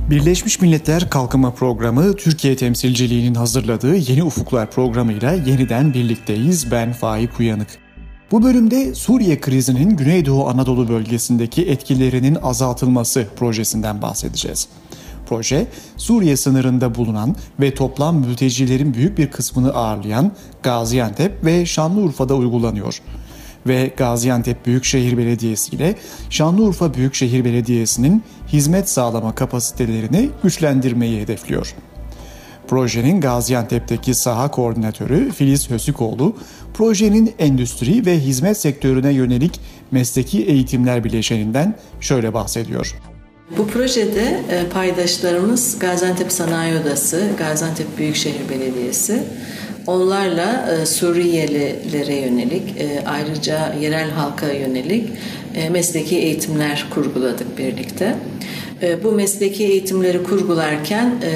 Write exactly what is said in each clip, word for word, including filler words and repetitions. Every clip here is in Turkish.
Birleşmiş Milletler Kalkınma Programı, Türkiye temsilciliğinin hazırladığı Yeni Ufuklar programıyla yeniden birlikteyiz. Ben Faik Uyanık. Bu bölümde Suriye krizinin Güneydoğu Anadolu bölgesindeki etkilerinin azaltılması projesinden bahsedeceğiz. Proje, Suriye sınırında bulunan ve toplam mültecilerin büyük bir kısmını ağırlayan Gaziantep ve Şanlıurfa'da uygulanıyor. Ve Gaziantep Büyükşehir Belediyesi ile Şanlıurfa Büyükşehir Belediyesi'nin hizmet sağlama kapasitelerini güçlendirmeyi hedefliyor. Projenin Gaziantep'teki saha koordinatörü Filiz Hösükoğlu, projenin endüstri ve hizmet sektörüne yönelik mesleki eğitimler bileşeninden şöyle bahsediyor. Bu projede paydaşlarımız Gaziantep Sanayi Odası, Gaziantep Büyükşehir Belediyesi, onlarla e, Suriyelilere yönelik, e, ayrıca yerel halka yönelik e, mesleki eğitimler kurguladık birlikte. E, bu mesleki eğitimleri kurgularken e,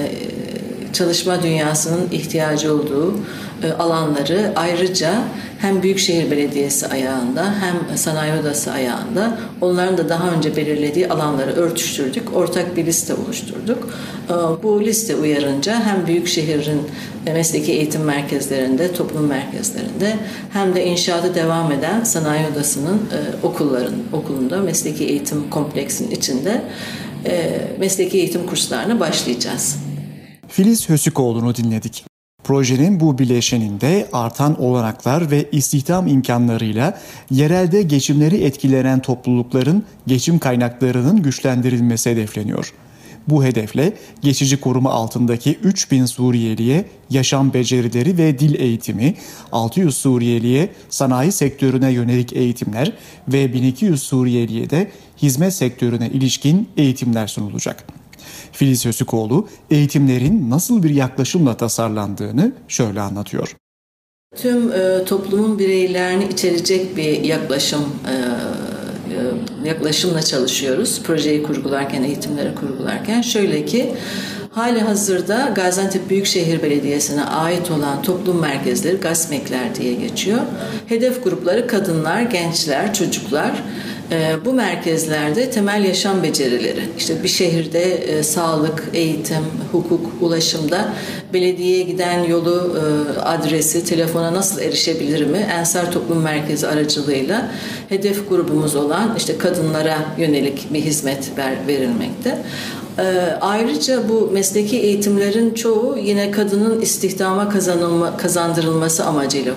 çalışma dünyasının ihtiyacı olduğu e, alanları ayrıca hem Büyükşehir Belediyesi ayağında hem Sanayi Odası ayağında onların da daha önce belirlediği alanları örtüştürdük. Ortak bir liste oluşturduk. Bu liste uyarınca hem Büyükşehir'in mesleki eğitim merkezlerinde, toplum merkezlerinde hem de inşaatı devam eden Sanayi Odası'nın okulların okulunda mesleki eğitim kompleksinin içinde mesleki eğitim kurslarına başlayacağız. Filiz Hösükoğlu'nu dinledik. Projenin bu bileşeninde artan olanaklar ve istihdam imkanlarıyla yerelde geçimleri etkilenen toplulukların geçim kaynaklarının güçlendirilmesi hedefleniyor. Bu hedefle geçici koruma altındaki üç bin Suriyeliye yaşam becerileri ve dil eğitimi, altı yüz Suriyeliye sanayi sektörüne yönelik eğitimler ve bin iki yüz Suriyeliye de hizmet sektörüne ilişkin eğitimler sunulacak. Filiz Hösükoğlu, eğitimlerin nasıl bir yaklaşımla tasarlandığını şöyle anlatıyor. Tüm e, toplumun bireylerini içerecek bir yaklaşım e, e, yaklaşımla çalışıyoruz. Projeyi kurgularken, eğitimleri kurgularken. Şöyle ki, hali hazırda Gaziantep Büyükşehir Belediyesi'ne ait olan toplum merkezleri, GASMEK'ler diye geçiyor. Hedef grupları kadınlar, gençler, çocuklar. Bu merkezlerde temel yaşam becerileri, işte bir şehirde e, sağlık, eğitim, hukuk, ulaşımda belediyeye giden yolu, e, adresi, telefona nasıl erişebilirim mi? Ensar Toplum Merkezi aracılığıyla hedef grubumuz olan işte kadınlara yönelik bir hizmet ver, verilmekte. E, ayrıca bu mesleki eğitimlerin çoğu yine kadının istihdama kazanılma, kazandırılması amacıyla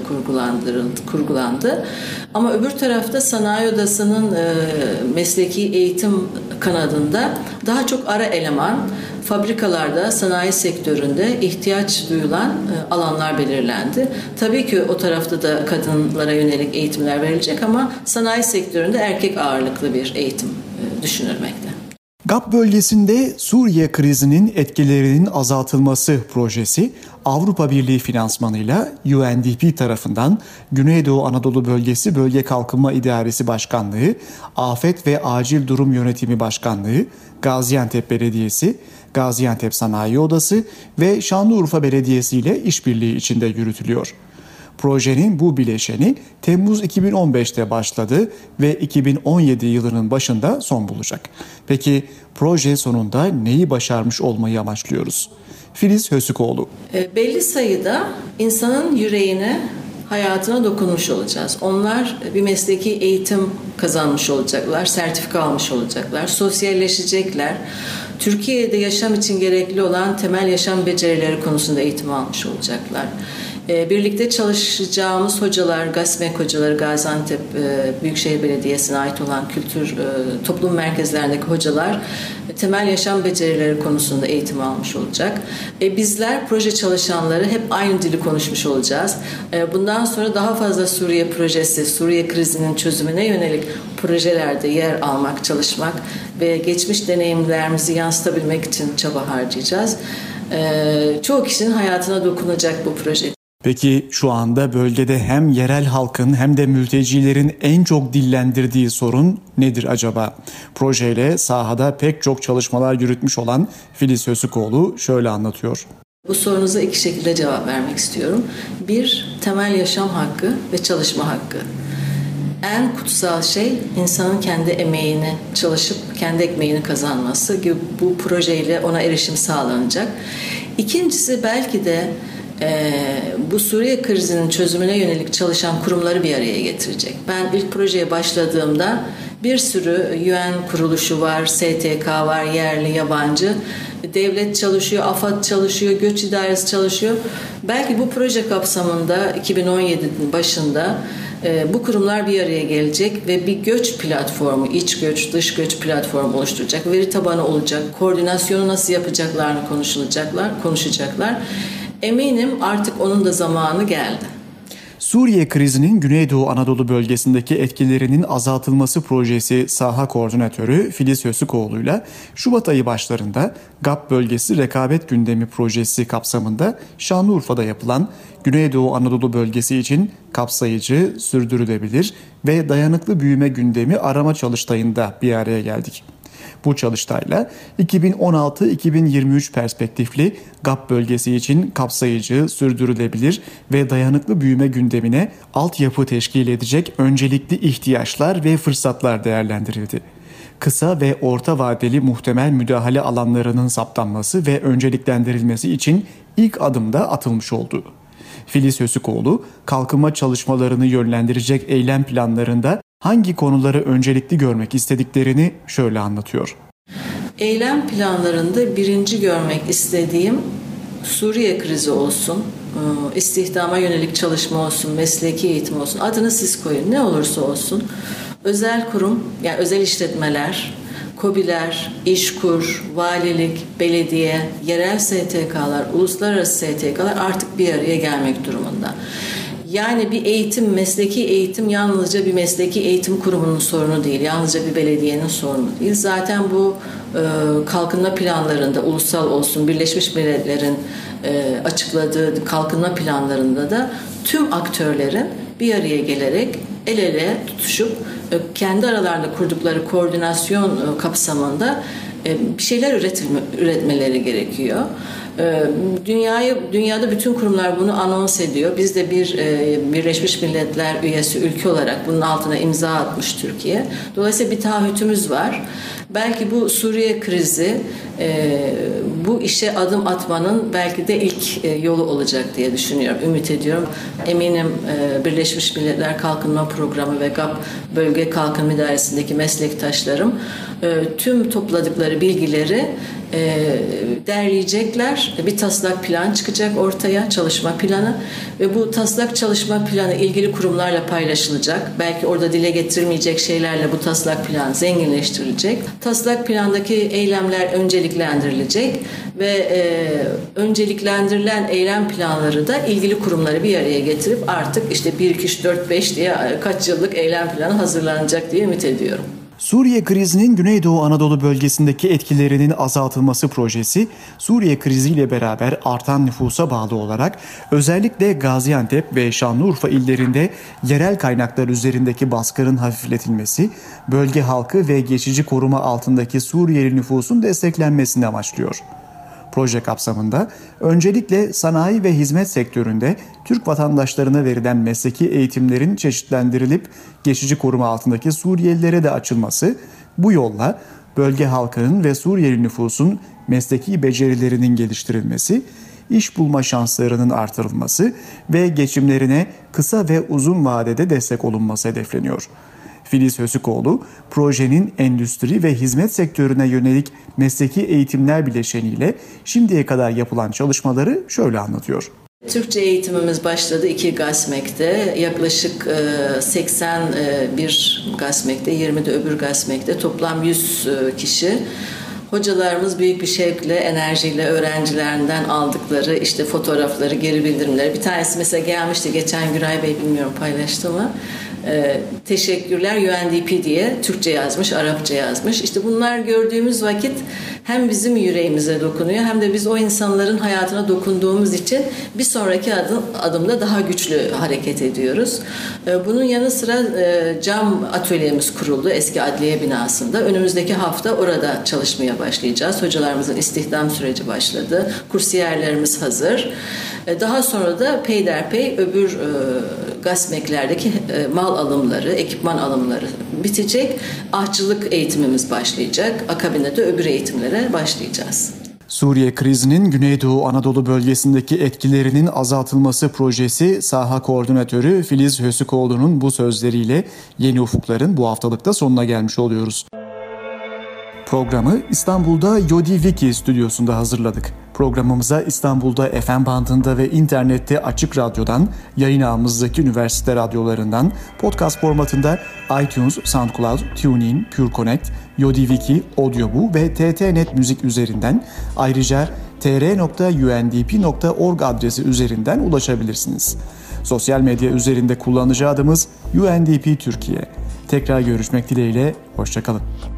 kurgulandı. Ama öbür tarafta Sanayi Odası'nın e, mesleki eğitim kanadında daha çok ara eleman, fabrikalarda, sanayi sektöründe ihtiyaç duyulan e, alanlar belirlendi. Tabii ki o tarafta da kadınlara yönelik eğitimler verilecek ama sanayi sektöründe erkek ağırlıklı bir eğitim e, düşünülmekte. G A P bölgesinde Suriye krizinin etkilerinin azaltılması projesi Avrupa Birliği finansmanıyla U N D P tarafından Güneydoğu Anadolu Bölgesi Bölge Kalkınma İdaresi Başkanlığı, Afet ve Acil Durum Yönetimi Başkanlığı, Gaziantep Belediyesi, Gaziantep Sanayi Odası ve Şanlıurfa Belediyesi ile işbirliği içinde yürütülüyor. Projenin bu bileşeni Temmuz iki bin on beşte başladı ve iki bin on yedi yılının başında son bulacak. Peki proje sonunda neyi başarmış olmayı amaçlıyoruz? Filiz Hösükoğlu. E, belli sayıda insanın yüreğine, hayatına dokunmuş olacağız. Onlar bir mesleki eğitim kazanmış olacaklar, sertifika almış olacaklar, sosyalleşecekler. Türkiye'de yaşam için gerekli olan temel yaşam becerileri konusunda eğitim almış olacaklar. Birlikte çalışacağımız hocalar, GASMEK hocaları, Gaziantep Büyükşehir Belediyesi'ne ait olan kültür toplum merkezlerindeki hocalar temel yaşam becerileri konusunda eğitim almış olacak. Bizler proje çalışanları hep aynı dili konuşmuş olacağız. Bundan sonra daha fazla Suriye projesi, Suriye krizinin çözümüne yönelik projelerde yer almak, çalışmak ve geçmiş deneyimlerimizi yansıtabilmek için çaba harcayacağız. Çoğu kişinin hayatına dokunacak bu proje. Peki şu anda bölgede hem yerel halkın hem de mültecilerin en çok dillendirdiği sorun nedir acaba? Projeyle sahada pek çok çalışmalar yürütmüş olan Filiz Hösükoğlu şöyle anlatıyor. Bu sorunuza iki şekilde cevap vermek istiyorum. Bir, temel yaşam hakkı ve çalışma hakkı. en kutsal şey insanın kendi emeğini çalışıp kendi ekmeğini kazanması gibi bu projeyle ona erişim sağlanacak. İkincisi belki de e, bu Suriye krizinin çözümüne yönelik çalışan kurumları bir araya getirecek. Ben ilk projeye başladığımda bir sürü U N kuruluşu var, S T K var, yerli, yabancı. Devlet çalışıyor, AFAD çalışıyor, Göç İdaresi çalışıyor. Belki bu proje kapsamında iki bin on yedinin başında e, bu kurumlar bir araya gelecek ve bir göç platformu, iç göç, dış göç platformu oluşturacak. Veri tabanı olacak, koordinasyonu nasıl yapacaklarını konuşulacaklar, konuşacaklar. Eminim artık onun da zamanı geldi. Suriye krizinin Güneydoğu Anadolu bölgesindeki etkilerinin azaltılması projesi saha koordinatörü Filiz Hösükoğlu'yla Şubat ayı başlarında G A P Bölgesi Rekabet Gündemi projesi kapsamında Şanlıurfa'da yapılan Güneydoğu Anadolu bölgesi için kapsayıcı, sürdürülebilir ve dayanıklı büyüme gündemi arama çalıştayında bir araya geldik. Bu çalıştayla iki bin on altı iki bin yirmi üç perspektifli G A P bölgesi için kapsayıcı, sürdürülebilir ve dayanıklı büyüme gündemine altyapı teşkil edecek öncelikli ihtiyaçlar ve fırsatlar değerlendirildi. Kısa ve orta vadeli muhtemel müdahale alanlarının saptanması ve önceliklendirilmesi için ilk adım da atılmış oldu. Filiz Hösükoğlu, kalkınma çalışmalarını yönlendirecek eylem planlarında hangi konuları öncelikli görmek istediklerini şöyle anlatıyor. Eylem planlarında birinci görmek istediğim Suriye krizi olsun, istihdama yönelik çalışma olsun, mesleki eğitim olsun, adını siz koyun, ne olursa olsun. Özel kurum, yani özel işletmeler, KOBİ'ler, İşkur, valilik, belediye, yerel S T K'lar, uluslararası S T K'lar artık bir araya gelmek durumunda. Yani bir eğitim, mesleki eğitim yalnızca bir mesleki eğitim kurumunun sorunu değil, yalnızca bir belediyenin sorunu değil. Zaten bu e, kalkınma planlarında, ulusal olsun, Birleşmiş Milletler'in e, açıkladığı kalkınma planlarında da tüm aktörlerin bir araya gelerek el ele tutuşup e, kendi aralarında kurdukları koordinasyon e, kapsamında e, bir şeyler üretilme, üretmeleri gerekiyor. Dünyayı, dünyada bütün kurumlar bunu anons ediyor. Biz de bir e, Birleşmiş Milletler üyesi ülke olarak bunun altına imza atmış Türkiye. Dolayısıyla bir taahhütümüz var. Belki bu Suriye krizi e, bu işe adım atmanın belki de ilk e, yolu olacak diye düşünüyorum, ümit ediyorum. Eminim e, Birleşmiş Milletler Kalkınma Programı ve G A P Bölge Kalkınma İdaresi'ndeki meslektaşlarım e, tüm topladıkları bilgileri e, derleyecekler. Bir taslak plan çıkacak ortaya, çalışma planı ve bu taslak çalışma planı ilgili kurumlarla paylaşılacak. Belki orada dile getirilmeyecek şeylerle bu taslak plan zenginleştirilecek. Taslak plandaki eylemler önceliklendirilecek ve e, önceliklendirilen eylem planları da ilgili kurumları bir araya getirip artık işte bir, iki, üç, dört, beş diye kaç yıllık eylem planı hazırlanacak diye ümit ediyorum. Suriye krizinin Güneydoğu Anadolu bölgesindeki etkilerinin azaltılması projesi, Suriye kriziyle beraber artan nüfusa bağlı olarak özellikle Gaziantep ve Şanlıurfa illerinde yerel kaynaklar üzerindeki baskının hafifletilmesi, bölge halkı ve geçici koruma altındaki Suriyeli nüfusun desteklenmesini amaçlıyor. Proje kapsamında öncelikle sanayi ve hizmet sektöründe Türk vatandaşlarına verilen mesleki eğitimlerin çeşitlendirilip geçici koruma altındaki Suriyelilere de açılması, bu yolla bölge halkının ve Suriyeli nüfusun mesleki becerilerinin geliştirilmesi, iş bulma şanslarının artırılması ve geçimlerine kısa ve uzun vadede destek olunması hedefleniyor. Filiz Hösükoğlu, projenin endüstri ve hizmet sektörüne yönelik mesleki eğitimler bileşeniyle şimdiye kadar yapılan çalışmaları şöyle anlatıyor. Türkçe eğitimimiz başladı iki GASMEK'te. Yaklaşık seksen bir GASMEK'te, yirmi de öbür GASMEK'te toplam yüz kişi. Hocalarımız büyük bir şevkle, enerjiyle öğrencilerinden aldıkları işte fotoğrafları, geri bildirimleri. Bir tanesi mesela gelmişti geçen, Güray Bey bilmiyorum paylaştı mı? Ee, teşekkürler U N D P diye Türkçe yazmış, Arapça yazmış. İşte bunlar gördüğümüz vakit hem bizim yüreğimize dokunuyor hem de biz o insanların hayatına dokunduğumuz için bir sonraki adım, adımda daha güçlü hareket ediyoruz. Ee, bunun yanı sıra e, cam atölyemiz kuruldu eski adliye binasında. Önümüzdeki hafta orada çalışmaya başlayacağız. Hocalarımızın istihdam süreci başladı. Kursiyerlerimiz hazır. Ee, daha sonra da peyderpey öbür e, GASMEK'lerdeki e, mal alımları, ekipman alımları bitecek. Ahçılık eğitimimiz başlayacak. Akabinde de öbür eğitimlere başlayacağız. Suriye krizinin Güneydoğu Anadolu bölgesindeki etkilerinin azaltılması projesi saha koordinatörü Filiz Hösükoğlu'nun bu sözleriyle Yeni Ufuklar'ın bu haftalıkta sonuna gelmiş oluyoruz. Programı İstanbul'da Yodi Wiki stüdyosunda hazırladık. Programımıza İstanbul'da F M bandında ve internette Açık Radyo'dan, yayın ağımızdaki üniversite radyolarından, podcast formatında iTunes, SoundCloud, TuneIn, PureConnect, Yodi Wiki, Audioboo ve T T Net Müzik üzerinden, ayrıca t r nokta u n d p nokta org adresi üzerinden ulaşabilirsiniz. Sosyal medya üzerinde kullanıcı adımız U N D P Türkiye. Tekrar görüşmek dileğiyle, hoşça kalın.